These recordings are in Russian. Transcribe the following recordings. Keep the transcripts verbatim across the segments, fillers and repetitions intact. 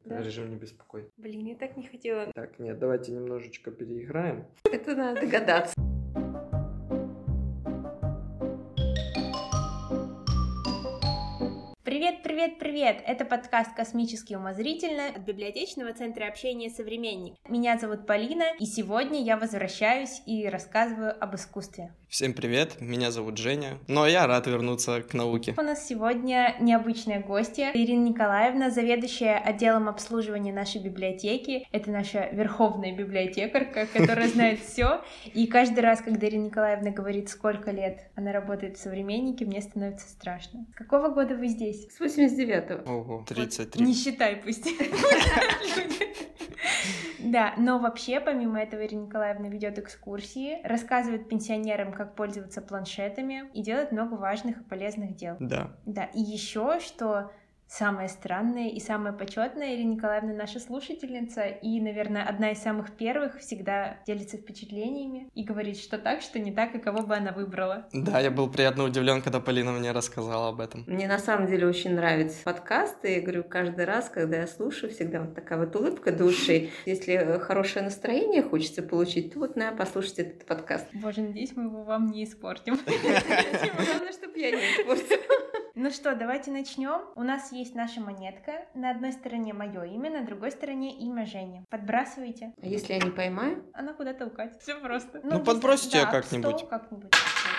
Да. Режим не беспокой. Блин, я так не хотела. Так, нет, давайте немножечко переиграем. Это надо догадаться. Привет, привет, привет! Это подкаст «Космически умозрительно» от Библиотечного центра общения «Современник». Меня зовут Полина, и сегодня я возвращаюсь и рассказываю об искусстве. Всем привет, меня зовут Женя, но я рад вернуться к науке. У нас сегодня необычная гостья Ирина Николаевна, заведующая отделом обслуживания нашей библиотеки. Это наша верховная библиотекарка, которая знает все. И каждый раз, когда Ирина Николаевна говорит, сколько лет она работает в «Современнике», мне становится страшно. С какого года вы здесь? С восемьдесят девятого. Ого, тридцать три. Не считай, пусть. Да, но вообще, помимо этого, Ирина Николаевна ведет экскурсии, рассказывает пенсионерам, как пользоваться планшетами и делает много важных и полезных дел. Да. Да, и еще, что самое странное и самое почетное, Ирина Николаевна наша слушательница и, наверное, одна из самых первых всегда делится впечатлениями и говорит, что так, что не так, и кого бы она выбрала. Да, я был приятно удивлен, когда Полина мне рассказала об этом. Мне на самом деле очень нравятся подкасты. Я говорю, каждый раз, когда я слушаю, всегда вот такая вот улыбка души. Если хорошее настроение хочется получить, то вот на, послушайте этот подкаст. Боже, надеюсь, мы его вам не испортим. Главное, чтобы я не испортила. Ну что, давайте начнем. У нас есть наша монетка. На одной стороне мое имя, на другой стороне имя Жени. Подбрасывайте. А если я не поймаю? Она куда-то укатит. Все просто. Ну, подбросите да, её как-нибудь. Стол как-нибудь.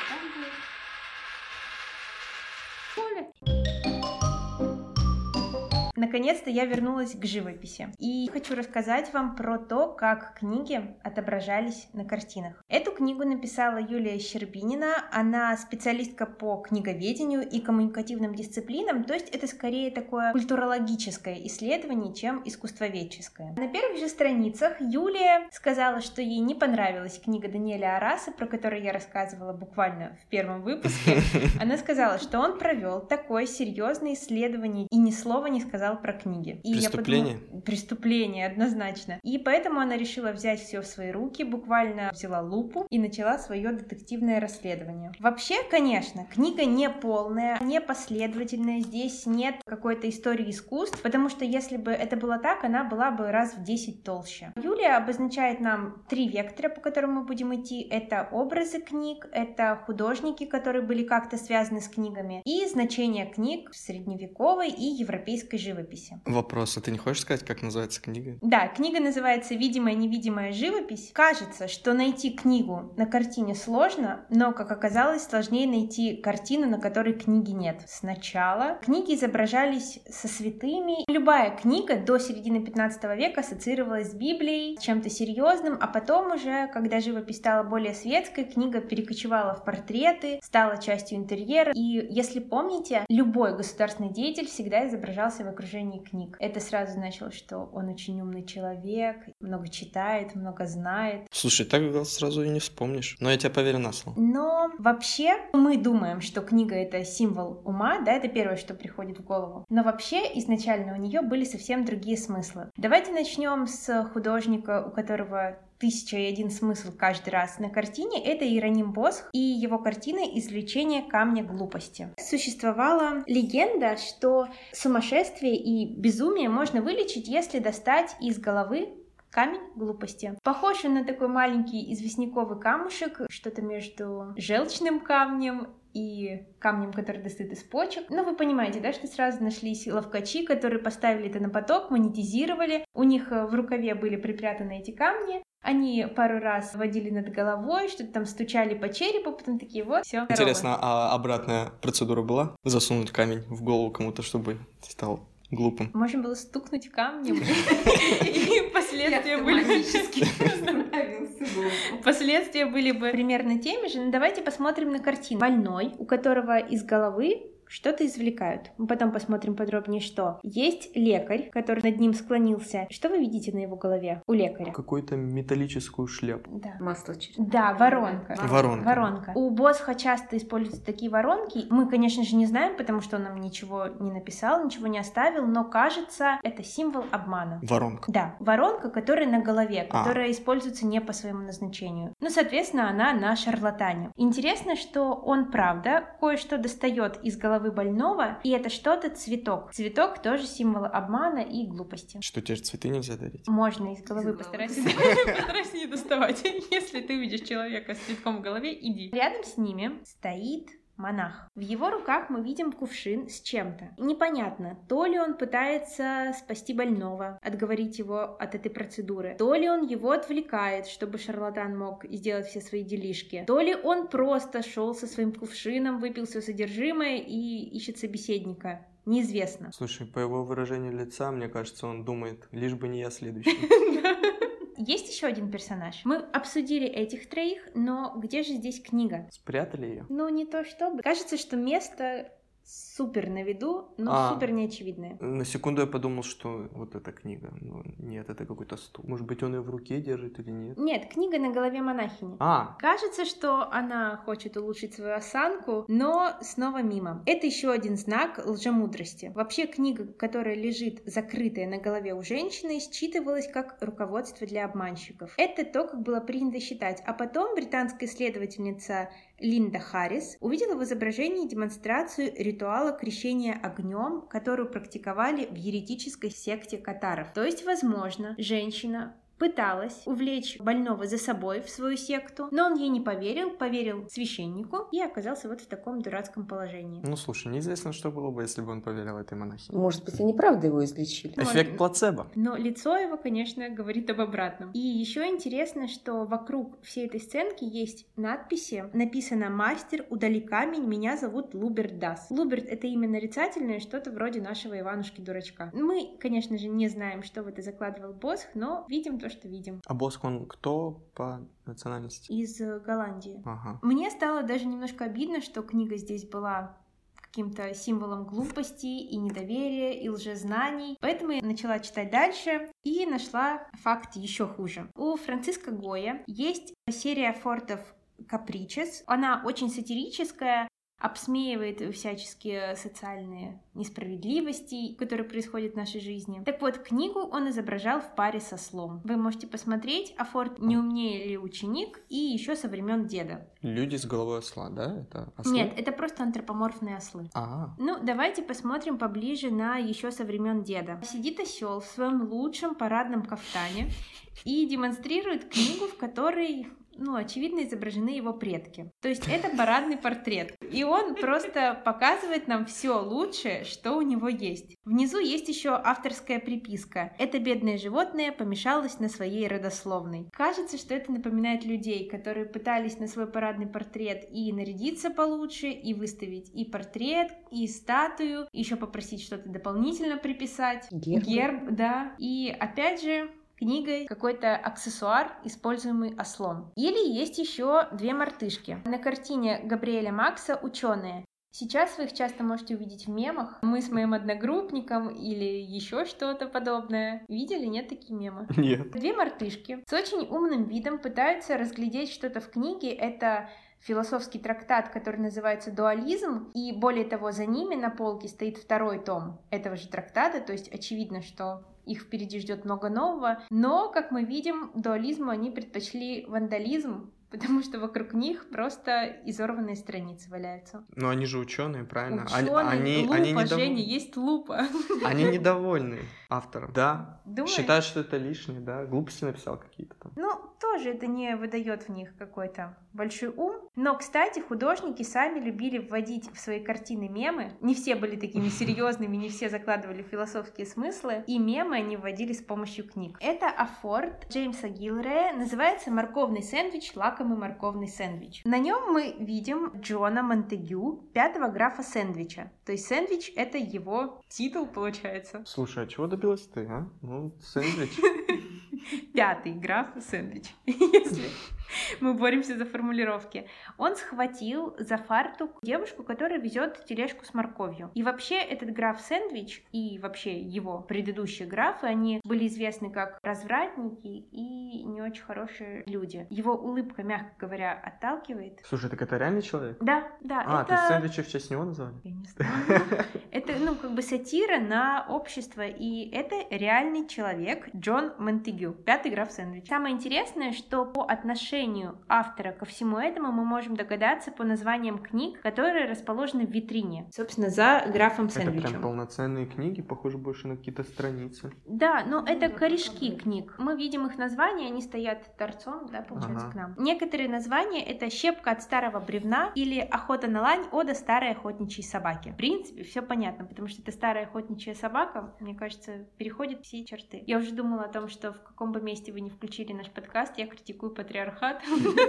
Наконец-то я вернулась к живописи. И хочу рассказать вам про то, как книги отображались на картинах. Эту книгу написала Юлия Щербинина. Она специалистка по книговедению и коммуникативным дисциплинам, то есть это скорее такое культурологическое исследование, чем искусствоведческое. На первых же страницах Юлия сказала, что ей не понравилась книга Даниэля Араса, про которую я рассказывала буквально в первом выпуске. Она сказала, что он провел такое серьезное исследование и ни слова не сказал про книги. И Преступление? Я подумала, преступление, однозначно. И поэтому она решила взять все в свои руки, буквально взяла лупу и начала свое детективное расследование. Вообще, конечно, книга не полная, не последовательная, здесь нет какой-то истории искусств, потому что если бы это было так, она была бы раз в десять толще. Юлия обозначает нам три вектора, по которым мы будем идти. Это образы книг, это художники, которые были как-то связаны с книгами, и значение книг в средневековой и европейской живописи. Вопрос, а ты не хочешь сказать, как называется книга? Да, книга называется «Видимая и невидимая живопись». Кажется, что найти книгу на картине сложно, но, как оказалось, сложнее найти картину, на которой книги нет. Сначала книги изображались со святыми. Любая книга до середины пятнадцатого века ассоциировалась с Библией, чем-то серьезным, а потом уже, когда живопись стала более светской, книга перекочевала в портреты, стала частью интерьера. И, если помните, любой государственный деятель всегда изображался в окружении книг. Это сразу значило, что он очень умный человек, много читает, много знает. Слушай, так сразу и не вспомнишь. Но я тебе поверю на слово. Но вообще мы думаем, что книга — это символ ума, да, это первое, что приходит в голову. Но вообще изначально у нее были совсем другие смыслы. Давайте начнем с художника, у которого тысяча и один смысл каждый раз на картине. Это Иероним Босх и его картина «Извлечение камня глупости». Существовала легенда, что сумасшествие и безумие можно вылечить, если достать из головы камень глупости. Похож он на такой маленький известняковый камушек, что-то между желчным камнем и камнем, который достает из почек. Ну, вы понимаете, да, что сразу нашлись ловкачи, которые поставили это на поток, монетизировали. У них в рукаве были припрятаны эти камни. Они пару раз водили над головой, что-то там стучали по черепу, потом такие, вот, все. Интересно, а обратная процедура была? Засунуть камень в голову кому-то, чтобы стал глупым? Можно было стукнуть камнем, и последствия были... Последствия были бы примерно теми же, но давайте посмотрим на картину. Больной, у которого из головы что-то извлекают. Мы потом посмотрим подробнее, что. Есть лекарь, который над ним склонился. Что вы видите на его голове у лекаря? Какую-то металлическую шляпу. Да. Масло через... Да, воронка. Воронка. Воронка. У Босха часто используются такие воронки. Мы, конечно же, не знаем, потому что он нам ничего не написал, ничего не оставил, но кажется, это символ обмана. Воронка. Да, воронка, которая на голове, А. которая используется не по своему назначению. Ну, соответственно, она на шарлатане. Интересно, что он, правда, кое-что достает из головы головы больного, и это что-то цветок. Цветок тоже символ обмана и глупости. Что, те же цветы нельзя дарить? Можно из головы, Из постарайся, головы. постарайся не доставать. Если ты видишь человека с цветком в голове, иди. Рядом с ними стоит монах. В его руках мы видим кувшин с чем-то. Непонятно, то ли он пытается спасти больного, отговорить его от этой процедуры, то ли он его отвлекает, чтобы шарлатан мог сделать все свои делишки, то ли он просто шел со своим кувшином, выпил все содержимое и ищет собеседника. Неизвестно. Слушай, по его выражению лица, мне кажется, он думает, лишь бы не я следующий. Есть еще один персонаж. Мы обсудили этих троих, но где же здесь книга? Спрятали ее? Ну, не то чтобы. Кажется, что место супер на виду, но А. супер неочевидное. На секунду я подумал, что вот эта книга. Но нет, это какой-то стул. Может быть, он ее в руке держит или нет? Нет, книга на голове монахини. А, Кажется, что она хочет улучшить свою осанку, но снова мимо. Это еще один знак лжемудрости. Вообще, книга, которая лежит закрытая на голове у женщины, считывалась как руководство для обманщиков. Это то, как было принято считать. А потом британская исследовательница Линда Харрис увидела в изображении демонстрацию ритуала крещения огнем, которую практиковали в еретической секте катаров. То есть, возможно, женщина пыталась увлечь больного за собой в свою секту, но он ей не поверил, поверил священнику и оказался вот в таком дурацком положении. ну слушай, неизвестно, что было бы, если бы он поверил этой монахине. Может быть, они правда его излечили? Ну, Эффект он- плацебо. Но лицо его, конечно, говорит об обратном. И еще интересно, что вокруг всей этой сценки есть надписи. Написано «Мастер, удали камень, меня зовут Луберт Дас». Луберт — это имя нарицательное, что-то вроде нашего Иванушки-дурачка. Мы, конечно же, не знаем, что в это закладывал Босх, но видим то, что видим. А Босх, он кто по национальности? Из э, Голландии. Ага. Мне стало даже немножко обидно, что книга здесь была каким-то символом глупости и недоверия, и лжезнаний. Поэтому я начала читать дальше и нашла факт еще хуже. У Франциска Гоя есть серия фортов «Капричес». Она очень сатирическая, обсмеивает всяческие социальные несправедливости, которые происходят в нашей жизни. Так вот, книгу он изображал в паре со ослом. Вы можете посмотреть, а Форд «Не умнее ли ученик» и еще со времен деда. Люди с головой осла, да? Это ослы? Нет, это просто антропоморфные ослы. А, Ну, давайте посмотрим поближе на еще со времен деда. Сидит осел в своем лучшем парадном кафтане и демонстрирует книгу, в которой, ну, очевидно, изображены его предки. То есть это парадный портрет. И он просто показывает нам все лучшее, что у него есть. Внизу есть еще авторская приписка. Это бедное животное помешалось на своей родословной. Кажется, что это напоминает людей, которые пытались на свой парадный портрет и нарядиться получше, и выставить и портрет, и статую, еще попросить что-то дополнительно приписать. Герб. Герб, да. И опять же, книгой какой-то аксессуар, используемый ослом. Или есть еще две мартышки. На картине Габриэля Макса «Ученые». Сейчас вы их часто можете увидеть в мемах. Мы с моим одногруппником или еще что-то подобное. Видели, нет, такие мемы? нет. Две мартышки с очень умным видом пытаются разглядеть что-то в книге. Это философский трактат, который называется «Дуализм», и более того, за ними на полке стоит второй том этого же трактата, то есть очевидно, что их впереди ждет много нового, но, как мы видим, дуализму они предпочли вандализм, потому что вокруг них просто изорванные страницы валяются. Но они же ученые, правильно? Они- Ученые, они, лупа, они, недов- Женя, есть лупа. они недовольны автором. Да. Думаешь? Считают, что это лишнее, да? Глупости написал какие-то там. Ну, тоже это не выдает в них какой-то большой ум. Но, кстати, художники сами любили вводить в свои картины мемы. Не все были такими серьезными, не все закладывали философские смыслы. И мемы они вводили с помощью книг. Это афорт Джеймса Гилрея, называется «Морковный сэндвич, лакомый морковный сэндвич». На нем мы видим Джона Монтегю, пятого графа сэндвича. То есть сэндвич — это его титул, получается. Слушай, а чего добилась ты, а? Ну, сэндвич. Пятый граф сэндвич, если мы боремся за формулировки. Он схватил за фартук девушку, которая везет тележку с морковью. И вообще этот граф сэндвич и вообще его предыдущие графы, они были известны как развратники и не очень хорошие люди. Его улыбка, мягко говоря, отталкивает. Слушай, так это реальный человек? Да, да, А, это... то есть сэндвичи в честь него назвали? Я не знаю. Это, ну, как бы сатира на общество, и это реальный человек Джон Монтегю, пятый граф сэндвич. Самое интересное, что по отношению отношению автора ко всему этому мы можем догадаться по названиям книг, которые расположены в витрине. Собственно, за графом Это сэндвичем. прям полноценные книги, похоже больше на какие-то страницы. Да, но это корешки книг. Мы видим их названия, они стоят торцом, да, получается, Ага. к нам. Некоторые названия — это «Щепка от старого бревна» или «Охота на лань. Ода старой охотничьей собаки». В принципе, все понятно, потому что это старая охотничья собака, мне кажется, переходит все черты. Я уже думала о том, что в каком бы месте вы не включили наш подкаст, я критикую патриархат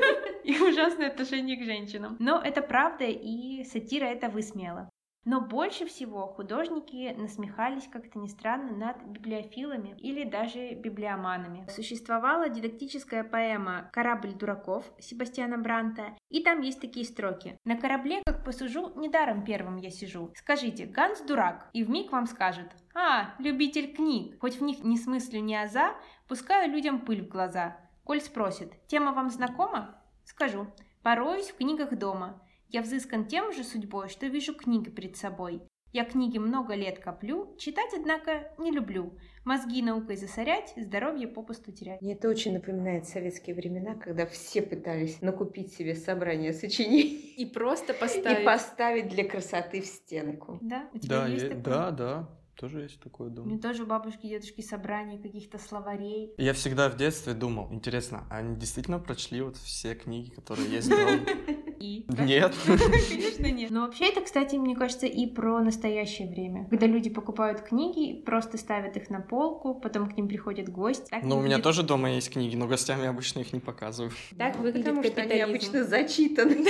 и ужасное отношение к женщинам. Но это правда, и сатира это высмеяла. Но больше всего художники насмехались, как это ни странно, над библиофилами или даже библиоманами. Существовала дидактическая поэма «Корабль дураков» Себастьяна Бранта, и там есть такие строки. «На корабле, как посужу, недаром первым я сижу. Скажите, Ганс дурак?» И вмиг вам скажет: «А, любитель книг, хоть в них ни смыслю, ни аза, пускаю людям пыль в глаза». Коль спросит: «Тема вам знакома?» Скажу: «Пороюсь в книгах дома. Я взыскан тем же судьбой, что вижу книги перед собой. Я книги много лет коплю, читать, однако, не люблю. Мозги наукой засорять, здоровье попусту терять». Мне это очень напоминает советские времена, когда все пытались накупить себе собрание сочинений И просто и поставить для красоты в стенку. Да, у тебя Да, есть е- такое? да, да, тоже есть такое, У меня думаю. тоже у бабушки и дедушки собрания каких-то словарей. Я всегда в детстве думал, интересно, а они действительно прочли вот все книги, которые есть дома? И? Нет. Конечно, нет. Но вообще это, кстати, мне кажется, и про настоящее время. Когда люди покупают книги, просто ставят их на полку, потом к ним приходит гость. Так Ну, у меня выглядит- тоже дома есть книги, но гостям я обычно их не показываю. Так выглядит Потому что они капитализм. обычно зачитаны.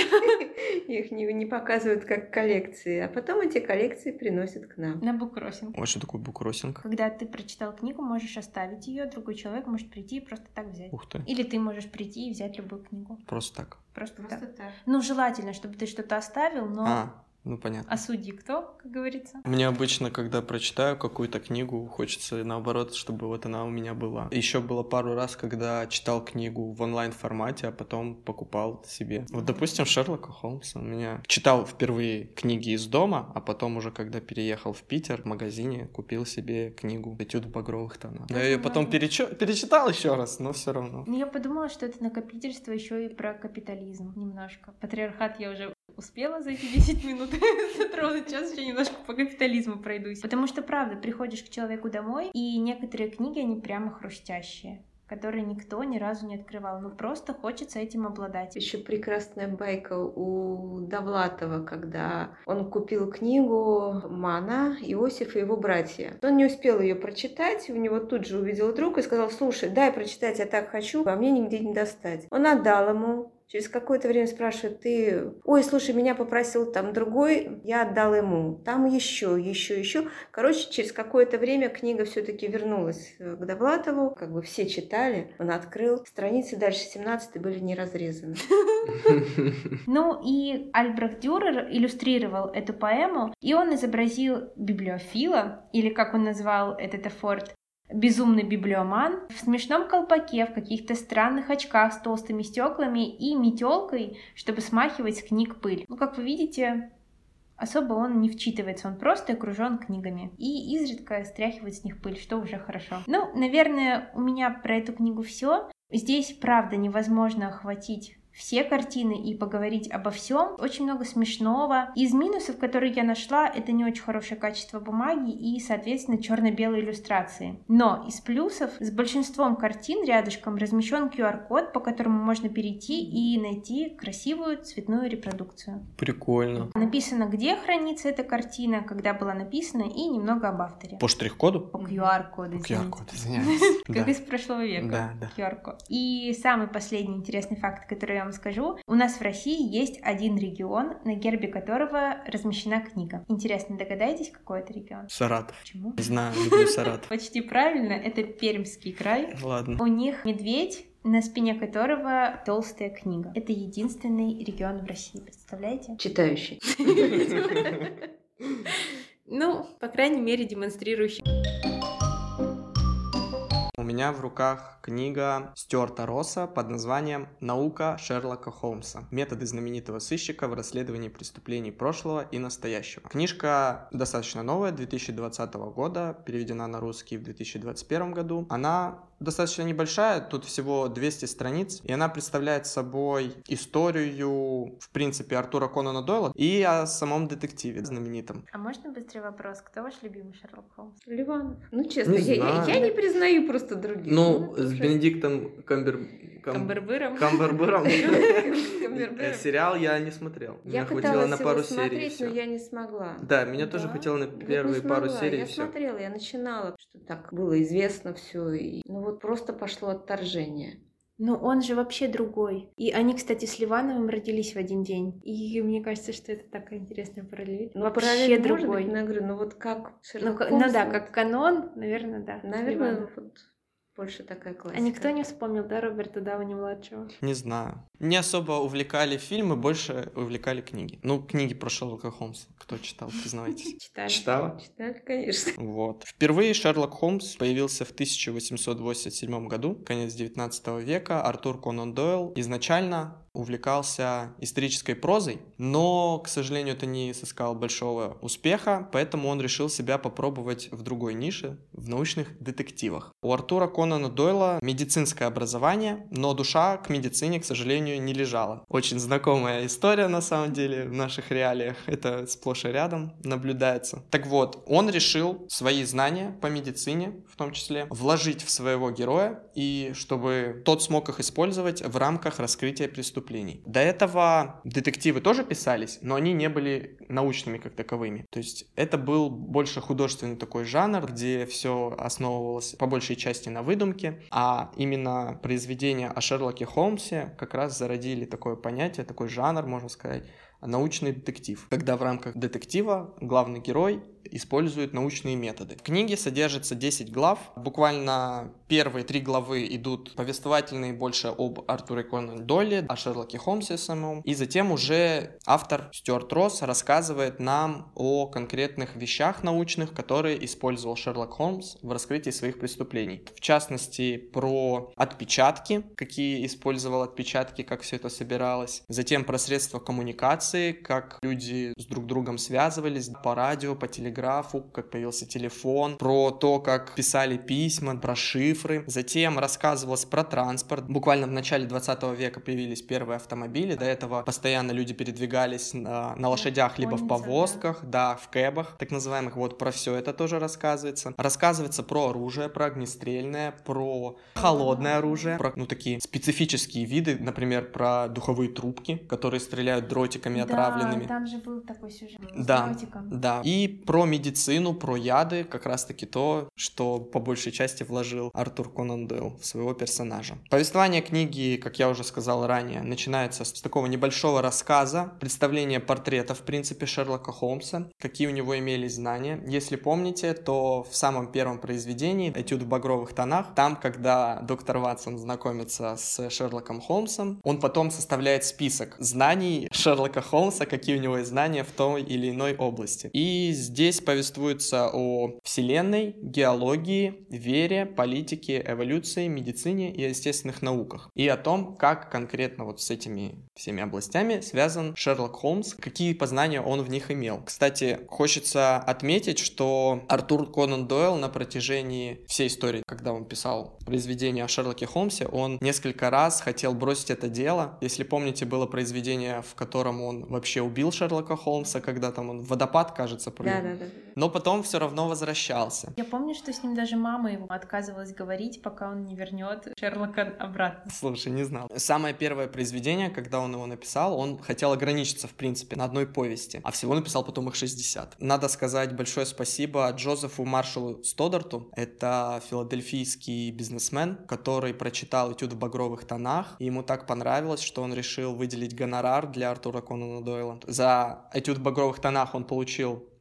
Их не, не показывают как коллекции. А потом эти коллекции приносят к нам. На буккроссинг. Ой, что такое буккроссинг? Когда ты прочитал книгу, можешь оставить ее, другой человек может прийти и просто так взять. Ух ты, Или ты можешь прийти и взять любую книгу. просто так. Просто, Просто так. так. Ну, желательно, чтобы ты что-то оставил, но... А, ну понятно. А судьи кто, как говорится? Мне обычно, когда прочитаю какую-то книгу, хочется наоборот, чтобы вот она у меня была. Еще было пару раз, когда читал книгу в онлайн-формате, а потом покупал себе. Вот, допустим, Шерлока Холмса. У меня читал впервые книги из дома, а потом уже, когда переехал в Питер, в магазине купил себе книгу «Этюд в багровых тонах». Я ее потом перечё- перечитал еще раз, но все равно. Ну, я подумала, что это накопительство еще и про капитализм немножко. Патриархат я уже успела за эти десять минут затронуть, сейчас еще немножко по капитализму пройдусь. Потому что, правда, приходишь к человеку домой, и некоторые книги, они прямо хрустящие, которые никто ни разу не открывал. Ну, просто хочется этим обладать. Еще прекрасная байка у Довлатова, когда он купил книгу «Мана. Иосиф и его братья». Он не успел ее прочитать, у него тут же увидел друг и сказал: «Слушай, дай прочитать, я так хочу, а мне нигде не достать». Он отдал ему. Через какое-то время спрашивает: «Ты, ой, слушай, меня попросил там другой, я отдал ему, там еще, еще, еще». Короче, через какое-то время книга все-таки вернулась к Довлатову, как бы все читали, он открыл, страницы дальше семнадцатой были не разрезаны. Ну и Альбрехт Дюрер иллюстрировал эту поэму, и он изобразил библиофила, или как он назвал этот эфорт, безумный библиоман, в смешном колпаке, в каких-то странных очках с толстыми стеклами и метелкой, чтобы смахивать с книг пыль. Ну, как вы видите, особо он не вчитывается, он просто окружен книгами и изредка стряхивает с них пыль, что уже хорошо. Ну, наверное, у меня про эту книгу все. Здесь, правда, невозможно охватить все картины и поговорить обо всем. Очень много смешного. Из минусов, которые я нашла, это не очень хорошее качество бумаги и, соответственно, черно-белые иллюстрации. Но из плюсов с большинством картин рядышком размещен ку ар-код, по которому можно перейти и найти красивую цветную репродукцию. Прикольно. Написано, где хранится эта картина, когда была написана, и немного об авторе. По штрих-коду? По ку ар-коду, По ку извините. ар-коду, извиняюсь. Как Да. из прошлого века. Да, да. ку ар-код. И самый последний интересный факт, который я вам скажу. У нас в России есть один регион, на гербе которого размещена книга. Интересно, догадаетесь, какой это регион? Саратов. Почему? Не знаю, люблю Саратов. Почти правильно, это Пермский край. Ладно. У них медведь, на спине которого толстая книга. Это единственный регион в России, представляете? Читающий. Ну, по крайней мере, демонстрирующий. У меня в руках книга Стюарта Росса под названием «Наука Шерлока Холмса. Методы знаменитого сыщика в расследовании преступлений прошлого и настоящего». Книжка достаточно новая, две тысячи двадцатого года, переведена на русский в две тысячи двадцать первом году. Она достаточно небольшая, тут всего двести страниц, и она представляет собой историю, в принципе, Артура Конана Дойла и о самом детективе знаменитом. А можно быстрый вопрос? Кто ваш любимый Шерлок Холмс? Ливанов. Ну, честно, Не я, я, знаю. я не признаю просто других. Ну, это с уже- Бенедиктом Камбер... Кам- Камбербером. Камбербером. Камбербером. Сериал я не смотрел. Я Меня хватило пыталась на его пару серий. и смотреть, всё. но я не смогла. Да, меня тоже Да? хватило на Вот не первые пару смогла. серий. Я и всё. смотрела, я начинала, что так было известно все, и ну вот просто пошло отторжение. Ну, он же вообще другой. И они, кстати, с Ливановым родились в один день. И мне кажется, что это такая интересная параллель. Ну, вообще параллель может другой. быть, но я говорю, ну вот как Ну, Шерлок ка- Холмс, ну да, вот, как канон, наверное, да. наверное, Ливанов. вот больше такая классика. А никто не вспомнил, да, Роберта Дауни-младшего? Не знаю. Не особо увлекали фильмы, больше увлекали книги. Ну, книги про Шерлока Холмса. Кто читал, признавайтесь. Читали. Читала? Читали, конечно. Вот. Впервые Шерлок Холмс появился в тысяча восемьсот восемьдесят седьмом году, конец девятнадцатого века. Артур Конан Дойл изначально увлекался исторической прозой, но, к сожалению, это не сыскал большого успеха, поэтому он решил себя попробовать в другой нише, в научных детективах. У Артура Конана Дойла медицинское образование, но душа к медицине, к сожалению, не лежала. Очень знакомая история, на самом деле, в наших реалиях. Это сплошь и рядом наблюдается. Так вот, он решил свои знания по медицине, в том числе, вложить в своего героя, и чтобы тот смог их использовать в рамках раскрытия преступлений. До этого детективы тоже писались, но они не были научными как таковыми. То есть это был больше художественный такой жанр, где все основывалось по большей части на выдумке, а именно произведения о Шерлоке Холмсе как раз зародили такое понятие, такой жанр, можно сказать, научный детектив, когда в рамках детектива главный герой использует научные методы. В книге содержится десять глав. Буквально первые три главы идут повествовательные больше об Артуре Конан Дойле, о Шерлоке Холмсе самом. И затем уже автор Стюарт Росс рассказывает нам о конкретных вещах научных, которые использовал Шерлок Холмс в раскрытии своих преступлений. В частности, про отпечатки, какие использовал отпечатки, как все это собиралось. Затем про средства коммуникации, как люди с друг другом связывались по радио, по телеграфу, как появился телефон, про то, как писали письма, про шифры. Затем рассказывалось про транспорт. Буквально в начале двадцатого века появились первые автомобили. До этого постоянно люди передвигались на, на лошадях, либо в Конница, повозках, да. да, в кэбах, так называемых. Вот про все это тоже рассказывается. Рассказывается про оружие, про огнестрельное, про холодное оружие, про, ну, такие специфические виды, например, про духовые трубки, которые стреляют дротиками отравленными. Да, там же был такой сюжет с Да, дротиком. да. И про медицину, про яды, как раз-таки то, что по большей части вложил Артур Конан Дойл в своего персонажа. Повествование книги, как я уже сказал ранее, начинается с такого небольшого рассказа, представления портрета, в принципе, Шерлока Холмса, какие у него имелись знания. Если помните, то в самом первом произведении «Этюд в багровых тонах», там, когда доктор Ватсон знакомится с Шерлоком Холмсом, он потом составляет список знаний Шерлока Холмса, какие у него есть знания в той или иной области. И здесь повествуется о вселенной, геологии, вере, политике, эволюции, медицине и естественных науках. И о том, как конкретно вот с этими всеми областями связан Шерлок Холмс, какие познания он в них имел. Кстати, хочется отметить, что Артур Конан Дойл на протяжении всей истории, когда он писал произведение о Шерлоке Холмсе, он несколько раз хотел бросить это дело. Если помните, было произведение, в котором он вообще убил Шерлока Холмса, когда там он в водопад, кажется, прыгнул. Да, да, да. Но потом все равно возвращался. Я помню, что с ним даже мама его отказывалась говорить, пока он не вернет Шерлока обратно. Слушай, не знал. Самое первое произведение, когда он его написал, он хотел ограничиться, в принципе, на одной повести, а всего написал потом их шестьдесят. Надо сказать большое спасибо Джозефу Маршалу Стоддарту. Это филадельфийский бизнесмен, который прочитал «Этюд в багровых тонах», и ему так понравилось, что он решил выделить гонорар для Артура Конана Дойла. За «Этюд в багровых тонах» он получил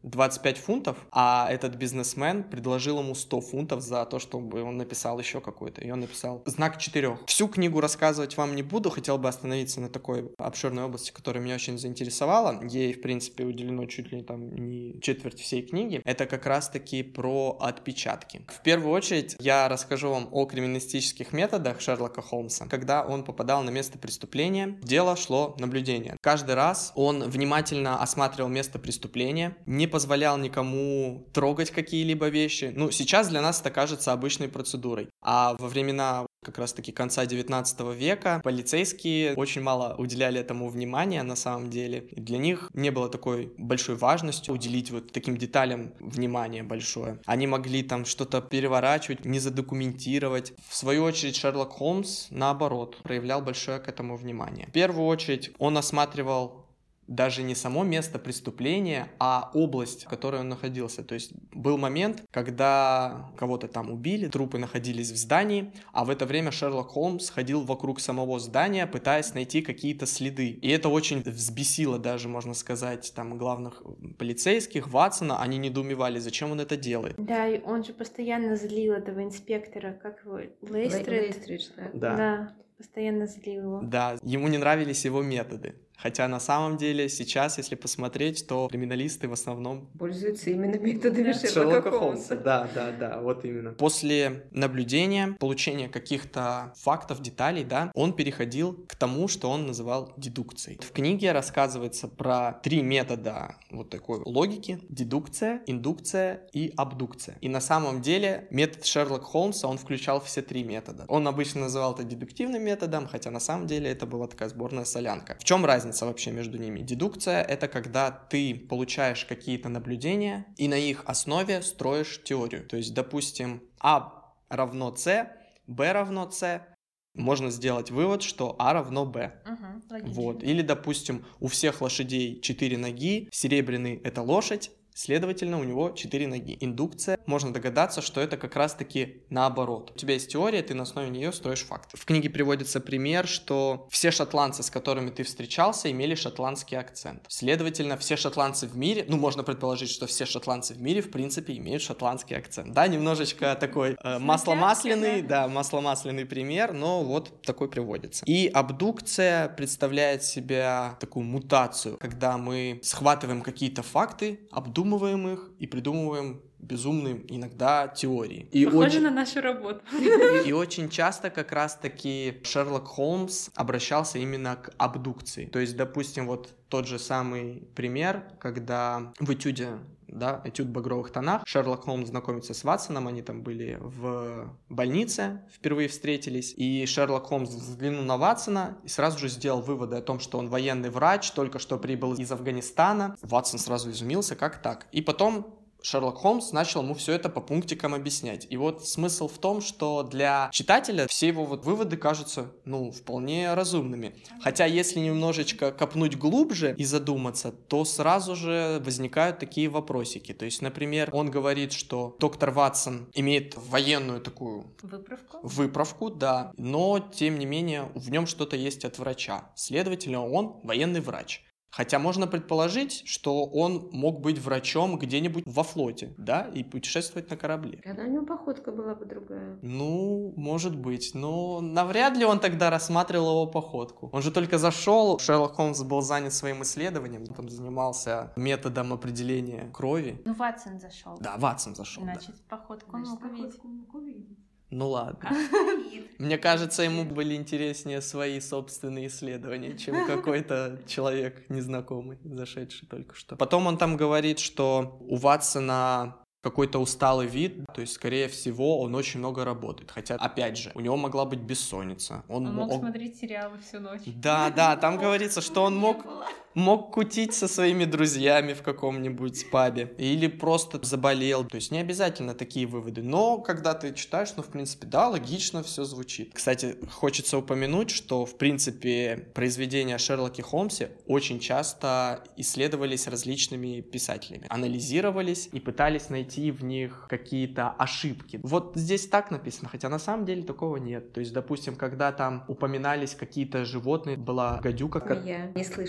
двадцать пять фунтов, а этот бизнесмен предложил ему сто фунтов за то, чтобы он написал еще какой-то. И он написал «Знак четырех». Всю книгу рассказывать вам не буду, хотел бы остановиться на такой обширной области, которая меня очень заинтересовала. Ей, в принципе, уделено чуть ли там не четверть всей книги. Это как раз-таки про отпечатки. В первую очередь я расскажу вам о криминалистических методах Шерлока Холмса. Когда он попадал на место преступления, дело шло наблюдение. Каждый раз он внимательно осматривал место преступления, не позволял никому трогать какие-либо вещи. Ну, сейчас для нас это кажется обычной процедурой. А во времена как раз-таки конца девятнадцатого века полицейские очень мало уделяли этому внимания на самом деле. И для них не было такой большой важности уделить вот таким деталям внимание большое. Они могли там что-то переворачивать, не задокументировать. В свою очередь Шерлок Холмс, наоборот, проявлял большое к этому внимание. В первую очередь он осматривал даже не само место преступления, а область, в которой он находился. То есть был момент, когда кого-то там убили, трупы находились в здании, а в это время Шерлок Холмс ходил вокруг самого здания, пытаясь найти какие-то следы. И это очень взбесило даже, можно сказать, там главных полицейских, Ватсона. Они недоумевали, зачем он это делает. Да, и он же постоянно злил этого инспектора, как его, Лейстрид? Лейстридж, да. Да. Да, постоянно злил его. Да, ему не нравились его методы. Хотя на самом деле сейчас, если посмотреть, то криминалисты в основном пользуются именно методами Да. Шерлока, Шерлока Холмса. Холмса. Да, да, да, вот именно. После наблюдения, получения каких-то фактов, деталей, да, он переходил к тому, что он называл дедукцией. В книге рассказывается про три метода вот такой логики: дедукция, индукция и абдукция. И на самом деле метод Шерлока Холмса, он включал все три метода. Он обычно называл это дедуктивным методом, хотя на самом деле это была такая сборная солянка. В чем разница вообще между ними? Дедукция — это когда ты получаешь какие-то наблюдения и на их основе строишь теорию. То есть, допустим, А равно С, Б равно С, можно сделать вывод, что А равно Б. Угу, логично. Вот. Или, допустим, у всех лошадей четыре ноги, серебряный — это лошадь, следовательно, у него четыре ноги. Индукция. Можно догадаться, что это как раз-таки наоборот. У тебя есть теория, ты на основе нее строишь факты. В книге приводится пример, что все шотландцы, с которыми ты встречался, имели шотландский акцент. Следовательно, все шотландцы в мире, ну, можно предположить, что все шотландцы в мире, в принципе, имеют шотландский акцент. Да, немножечко такой э, масломасляный, да, масломасляный пример, но вот такой приводится. И абдукция представляет себя такую мутацию, когда мы схватываем какие-то факты, обдумываем их и придумываем безумные иногда теории. И Похоже очень... на нашу работу. И очень часто как раз-таки Шерлок Холмс обращался именно к абдукции. То есть, допустим, вот тот же самый пример, когда в этюде, да, этюд в багровых тонах, Шерлок Холмс знакомится с Ватсоном, они там были в больнице, впервые встретились, и Шерлок Холмс взглянул на Ватсона и сразу же сделал выводы о том, что он военный врач, только что прибыл из Афганистана. Ватсон сразу изумился, как так? И потом Шерлок Холмс начал ему все это по пунктикам объяснять. И вот смысл в том, что для читателя все его вот выводы кажутся, ну, вполне разумными. Хотя если немножечко копнуть глубже и задуматься, то сразу же возникают такие вопросики. То есть, например, он говорит, что доктор Ватсон имеет военную такую Выправку? выправку, да, но, тем не менее, в нем что-то есть от врача. Следовательно, он военный врач. Хотя можно предположить, что он мог быть врачом где-нибудь во флоте, да, и путешествовать на корабле. Тогда у него походка была бы другая. Ну, может быть, но навряд ли он тогда рассматривал его походку. Он же только зашел, Шерлок Холмс был занят своим исследованием, там занимался методом определения крови. Ну, Ватсон зашел. Да, Ватсон зашел, да. Значит, походку он мог увидеть. Ну ладно. Мне кажется, ему были интереснее свои собственные исследования, чем какой-то человек незнакомый, зашедший только что. Потом он там говорит, что у Ватсона какой-то усталый вид, то есть, скорее всего, он очень много работает. Хотя, опять же, у него могла быть бессонница. Он, Он мог мог смотреть сериалы всю ночь. Да, да, там говорится, что он мог, мог кутить со своими друзьями в каком-нибудь пабе. Или просто заболел. То есть не обязательно такие выводы. Но когда ты читаешь, ну, в принципе, да, логично все звучит. Кстати, хочется упомянуть, что, в принципе, произведения о Шерлоке Холмсе очень часто исследовались различными писателями. Анализировались и пытались найти в них какие-то ошибки. Вот здесь так написано, хотя на самом деле такого нет. То есть, допустим, когда там упоминались какие-то животные, была гадюка... Я не слышит звук.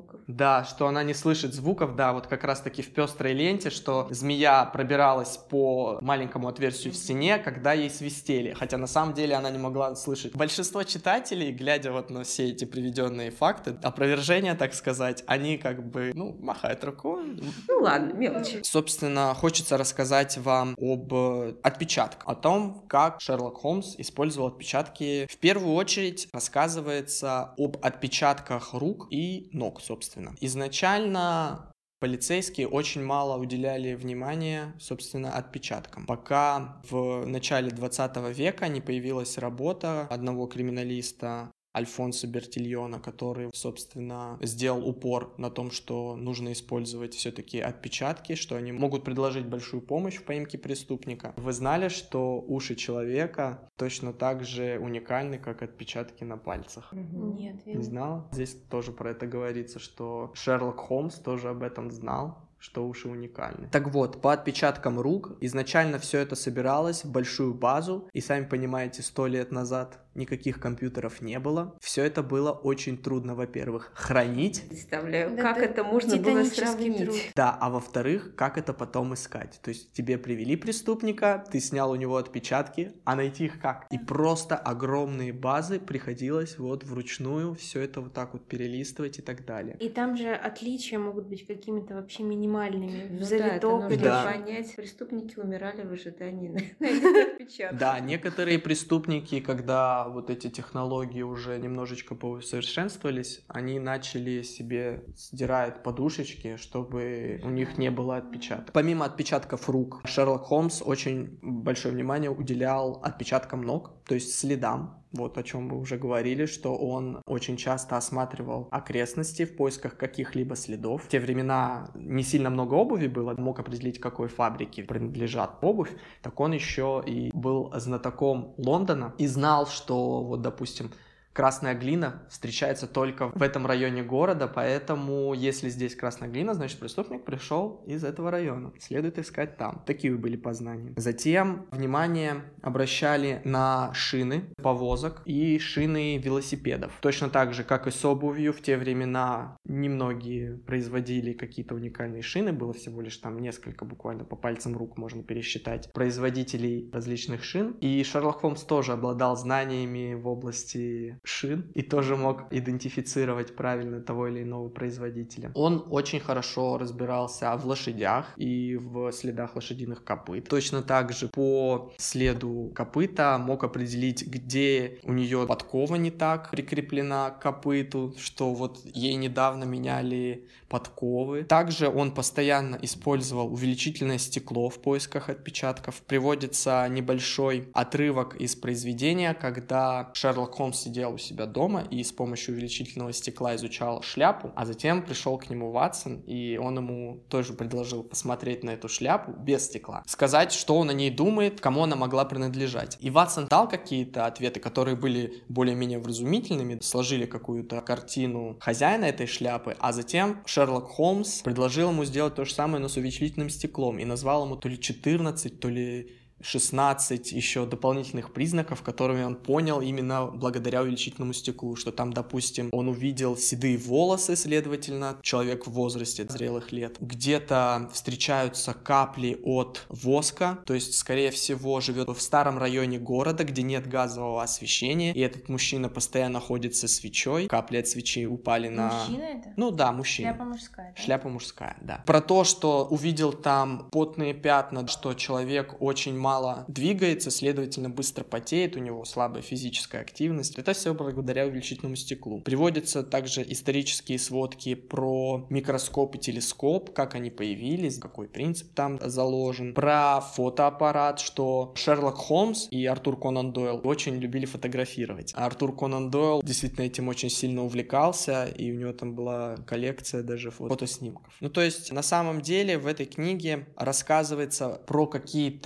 звуков. Да, что она не слышит звуков, да, вот как раз-таки в пестрой ленте, что змея пробиралась по маленькому отверстию в стене, когда ей свистели, хотя на самом деле она не могла слышать. Большинство читателей, глядя вот на все эти приведенные факты, опровержения, так сказать, они как бы, ну, махают рукой. Ну ладно, мелочи. Собственно, хочется рассказать вам об отпечатках, о том, как Шерлок Холмс использовал отпечатки. В первую очередь рассказывается об отпечатках рук и ног, собственно. Изначально полицейские очень мало уделяли внимания, собственно, отпечаткам. Пока в начале двадцатого века не появилась работа одного криминалиста, Альфонсо Бертильона, который, собственно, сделал упор на том, что нужно использовать все-таки отпечатки, что они могут предложить большую помощь в поимке преступника. Вы знали, что уши человека точно так же уникальны, как отпечатки на пальцах? Нет, я Не знала? Здесь тоже про это говорится, что Шерлок Холмс тоже об этом знал, что уши уникальны. Так вот, по отпечаткам рук изначально все это собиралось в большую базу, и сами понимаете, сто лет назад никаких компьютеров не было. Все это было очень трудно, во-первых, хранить. Представляю, Да, как это это можно было титанический сравнить. труд. Да, а во-вторых, как это потом искать? То есть тебе привели преступника, ты снял у него отпечатки, а найти их как? И просто огромные базы приходилось вот вручную все это вот так вот перелистывать и так далее. И там же отличия могут быть какими-то вообще минимальными. Ну да, это Завиток нужно или Да. понять. Преступники умирали в ожидании на этих отпечатков. Да, некоторые преступники, когда вот эти технологии уже немножечко поусовершенствовались, они начали себе сдирать подушечки, чтобы у них не было отпечатков. Помимо отпечатков рук, Шерлок Холмс очень большое внимание уделял отпечаткам ног, то есть следам. Вот о чем мы уже говорили, что он очень часто осматривал окрестности в поисках каких-либо следов. В те времена не сильно много обуви было, мог определить, какой фабрике принадлежат обувь, так он еще и был знатоком Лондона и знал, что вот, допустим, красная глина встречается только в этом районе города, поэтому если здесь красная глина, значит преступник пришел из этого района. Следует искать там. Такие были познания. Затем внимание обращали на шины повозок и шины велосипедов. Точно так же, как и с обувью, в те времена немногие производили какие-то уникальные шины, было всего лишь там несколько, буквально по пальцам рук можно пересчитать, производителей различных шин. И Шерлок Холмс тоже обладал знаниями в области шин и тоже мог идентифицировать правильно того или иного производителя. Он очень хорошо разбирался в лошадях и в следах лошадиных копыт. Точно так же по следу копыта мог определить, где у нее подкова не так прикреплена к копыту, что вот ей недавно меняли подковы. Также он постоянно использовал увеличительное стекло в поисках отпечатков. Приводится небольшой отрывок из произведения, когда Шерлок Холмс сидел у себя дома и с помощью увеличительного стекла изучал шляпу, а затем пришел к нему Ватсон, и он ему тоже предложил посмотреть на эту шляпу без стекла, сказать, что он о ней думает, кому она могла принадлежать. И Ватсон дал какие-то ответы, которые были более-менее вразумительными, сложили какую-то картину хозяина этой шляпы, а затем Шерлок Холмс предложил ему сделать то же самое, но с увеличительным стеклом, и назвал ему то ли четырнадцать, то ли шестнадцать еще дополнительных признаков, которыми он понял именно благодаря увеличительному стеклу, что там, допустим, он увидел седые волосы, следовательно, человек в возрасте зрелых лет. Где-то встречаются капли от воска, то есть, скорее всего, живет в старом районе города, где нет газового освещения, и этот мужчина постоянно ходит со свечой. Капли от свечи упали на... Мужчина это? Ну да, мужчина. Шляпа мужская, да? Шляпа мужская, да. Про то, что увидел там потные пятна, что человек очень мало двигается, следовательно, быстро потеет, у него слабая физическая активность. Это все благодаря увеличительному стеклу. Приводятся также исторические сводки про микроскоп и телескоп, как они появились, какой принцип там заложен. Про фотоаппарат, что Шерлок Холмс и Артур Конан Дойл очень любили фотографировать. А Артур Конан Дойл действительно этим очень сильно увлекался, и у него там была коллекция даже фотоснимков. Ну, то есть, на самом деле, в этой книге рассказывается про какие-то, можно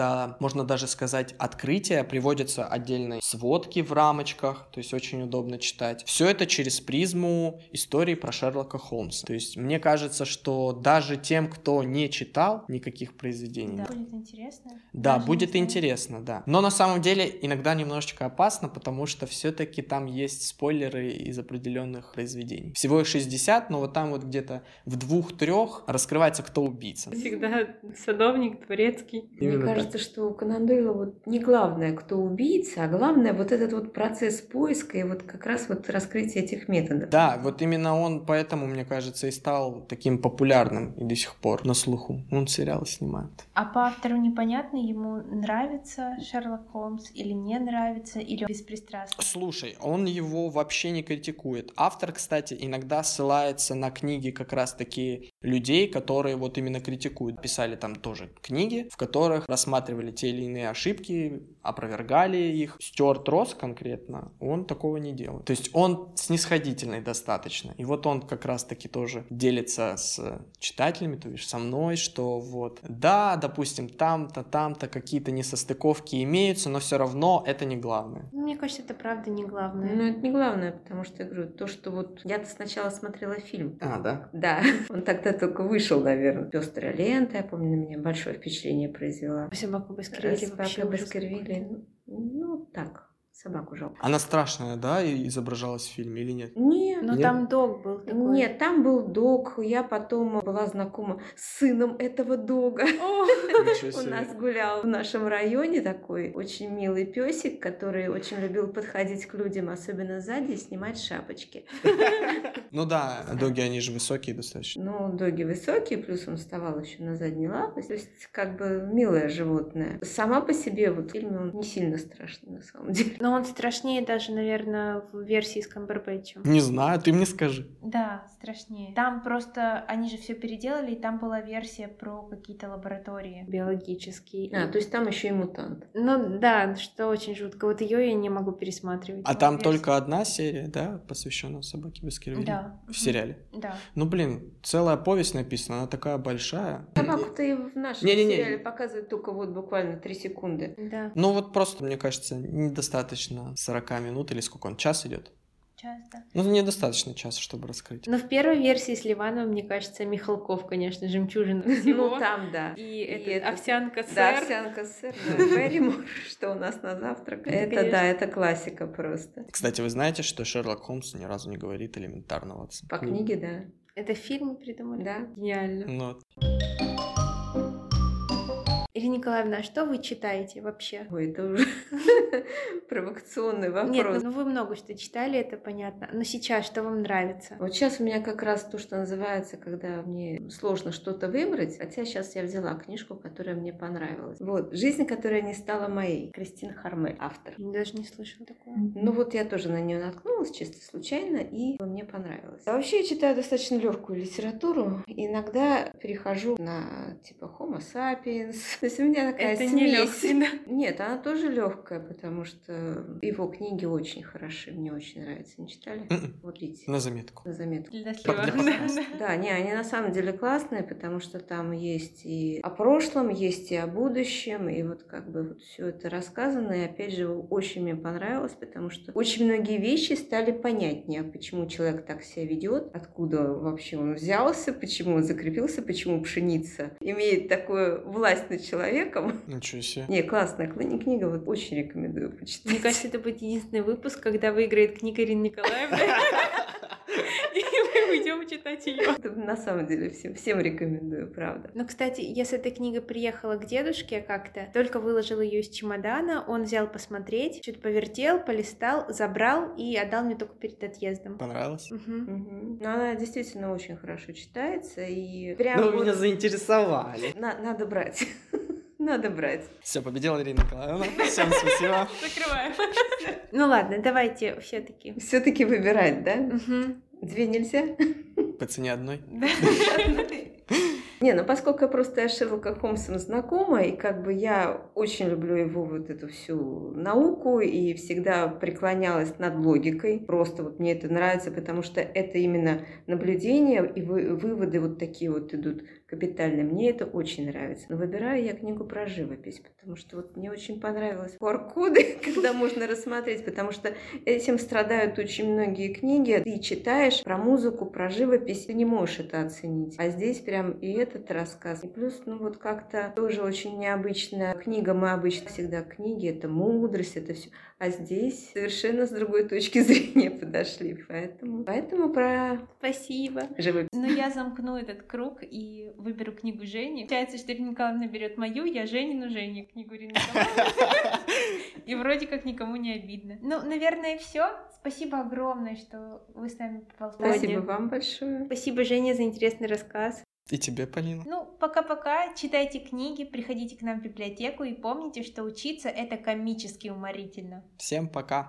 можно даже сказать, открытия, приводятся отдельные сводки в рамочках, то есть очень удобно читать. Все это через призму истории про Шерлока Холмса. То есть мне кажется, что даже тем, кто не читал никаких произведений... Да, будет интересно. Да, Даже будет не знаю. интересно, да. Но на самом деле иногда немножечко опасно, потому что все-таки там есть спойлеры из определенных произведений. Всего их шестьдесят, но вот там вот где-то в двух-трех раскрывается, кто убийца. Всегда садовник, дворецкий. Мне Именно кажется, что у Конан Дойла вот не главное, кто убийца, а главное вот этот вот процесс поиска и вот как раз вот раскрытие этих методов. Да, вот именно он поэтому, мне кажется, и стал таким популярным и до сих пор на слуху. Он сериалы снимает. А по автору непонятно, ему нравится Шерлок Холмс или не нравится, или он беспристрастный? Слушай, он его вообще не критикует. Автор, кстати, иногда ссылается на книги как раз-таки людей, которые вот именно критикуют. Писали там тоже книги, в которых рассматривали те или иные ошибки, опровергали их. Стюарт Росс конкретно, он такого не делает. То есть он снисходительный достаточно. И вот он как раз-таки тоже делится с читателями, то есть со мной, что вот, да, допустим, там-то, там-то какие-то несостыковки имеются, но все равно это не главное. Мне кажется, это правда не главное. Ну, это не главное, потому что, я говорю, то, что вот я-то сначала смотрела фильм. А, да? Да, он тогда только вышел, наверное. «Пёстрая лента», я помню, на меня большое впечатление произвела. Собаку Баскервилли вообще «Собака ужас Баскервилли», ну, так, собаку жалко. Она страшная, да, и изображалась в фильме или нет? Нет, Но Нет? там дог был такой. нет, там был дог. Я потом была знакома с сыном этого дога. Ничего У себе. нас гулял в нашем районе такой очень милый песик, который очень любил подходить к людям, особенно сзади, и снимать шапочки. Ну да, доги, они же высокие достаточно. Ну, доги высокие, плюс он вставал еще на задние лапы. То есть, как бы, милое животное. Сама по себе вот в фильме он не сильно страшный, на самом деле. Но он страшнее даже, наверное, в версии с Камбербэтчем. Не знаю, ты мне скажи. Да, страшнее. Там просто они же все переделали, и там была версия про какие-то лаборатории биологические. А, то есть там еще и мутант. Ну да, что очень жутко. Вот ее я не могу пересматривать. А его там версию. только одна серия, да, посвященная собаке Баскервилли? Да. В сериале? Да. Ну, блин, целая повесть написана, она такая большая. Собаку-то и в нашем Не-не-не. сериале показывают только вот буквально три секунды. Да. Ну, вот просто, мне кажется, недостаточно сорок минут, или сколько он, час идет? Часто. Ну, недостаточно часа, чтобы раскрыть. Но в первой версии с Ливановым, мне кажется, Михалков, конечно, жемчужина всего. Ну, там, да. И, это, это- овсянка сэр. Да, овсянка сыр, да, Берримор, что у нас на завтрак. Это, Это, конечно. да, это классика просто. Кстати, вы знаете, что Шерлок Холмс ни разу не говорит элементарного отца? По книге, да. Это фильм придумали? Да. Гениально. Ну, вот. Ирина Николаевна, а что вы читаете вообще? Ой, это уже провокационный вопрос. Нет, ну вы много что читали, это понятно. Но сейчас что вам нравится? Вот сейчас у меня как раз то, что называется, когда мне сложно что-то выбрать, хотя сейчас я взяла книжку, которая мне понравилась. Вот «Жизнь, которая не стала моей». Кристин Хармель, автор. Я даже не слышала такого. Ну вот я тоже на нее наткнулась чисто случайно, и мне понравилось. А вообще я читаю достаточно легкую литературу. Иногда перехожу на типа Homo sapiens. То есть у меня такая Это смесь. не легкий, да? Нет, она тоже легкая, потому что его книги очень хороши. Мне очень нравятся. Не читали? Мгм. Вот видите. На заметку. На заметку. Для Как для слива. подкаста. Да, не, они на самом деле классные, потому что там есть и о прошлом, есть и о будущем, и вот как бы вот все это рассказано, и опять же очень мне понравилось, потому что очень многие вещи стали понятнее, почему человек так себя ведет, откуда вообще он взялся, почему он закрепился, почему пшеница имеет такую власть над человеком. Ничего себе. Не, классная кни- книга, вот очень рекомендую почитать. Мне кажется, это будет единственный выпуск, когда выиграет книга Ирины Николаевны. И мы уйдем читать ее. Это на самом деле всем, всем рекомендую, правда. Ну, кстати, я с этой книгой приехала к дедушке как-то, только выложила ее из чемодана, он взял посмотреть, чуть повертел, полистал, забрал и отдал мне только перед отъездом. Понравилось? Мгм. Мгм. Но она действительно очень хорошо читается, и прям Ну, вот меня заинтересовали. на- надо брать. Надо брать. Все, победила Ирина Николаевна. Всем спасибо. Закрываем. Ну ладно, давайте все-таки. Все-таки выбирать, да? Две нельзя? По цене одной. Не, ну поскольку я просто с Шерлоком Холмсом знакома, и как бы я очень люблю его вот эту всю науку, и всегда преклонялась над логикой. Просто вот мне это нравится, потому что это именно наблюдения и вы- выводы вот такие вот идут капитальный. Мне это очень нравится. Но выбираю я книгу про живопись, потому что вот мне очень понравилось ку ар-коды, когда можно рассмотреть, потому что этим страдают очень многие книги. Ты читаешь про музыку, про живопись, ты не можешь это оценить. А здесь прям и этот рассказ. И плюс, ну вот как-то тоже очень необычная книга. Мы обычно всегда книги, это мудрость, это все. А здесь совершенно с другой точки зрения подошли. Поэтому, поэтому про Спасибо. живопись. Но я замкну этот круг и выберу книгу Жени. Получается, что Ирина Николаевна берет мою, я Женину, Женя книгу Ирины Николаевны. И вроде как никому не обидно. Ну, наверное, все. Спасибо огромное, что вы с нами поболтали. Спасибо вам большое. Спасибо, Женя, за интересный рассказ. И тебе, Полина. Ну, пока-пока. Читайте книги, приходите к нам в библиотеку и помните, что учиться — это комически уморительно. Всем пока.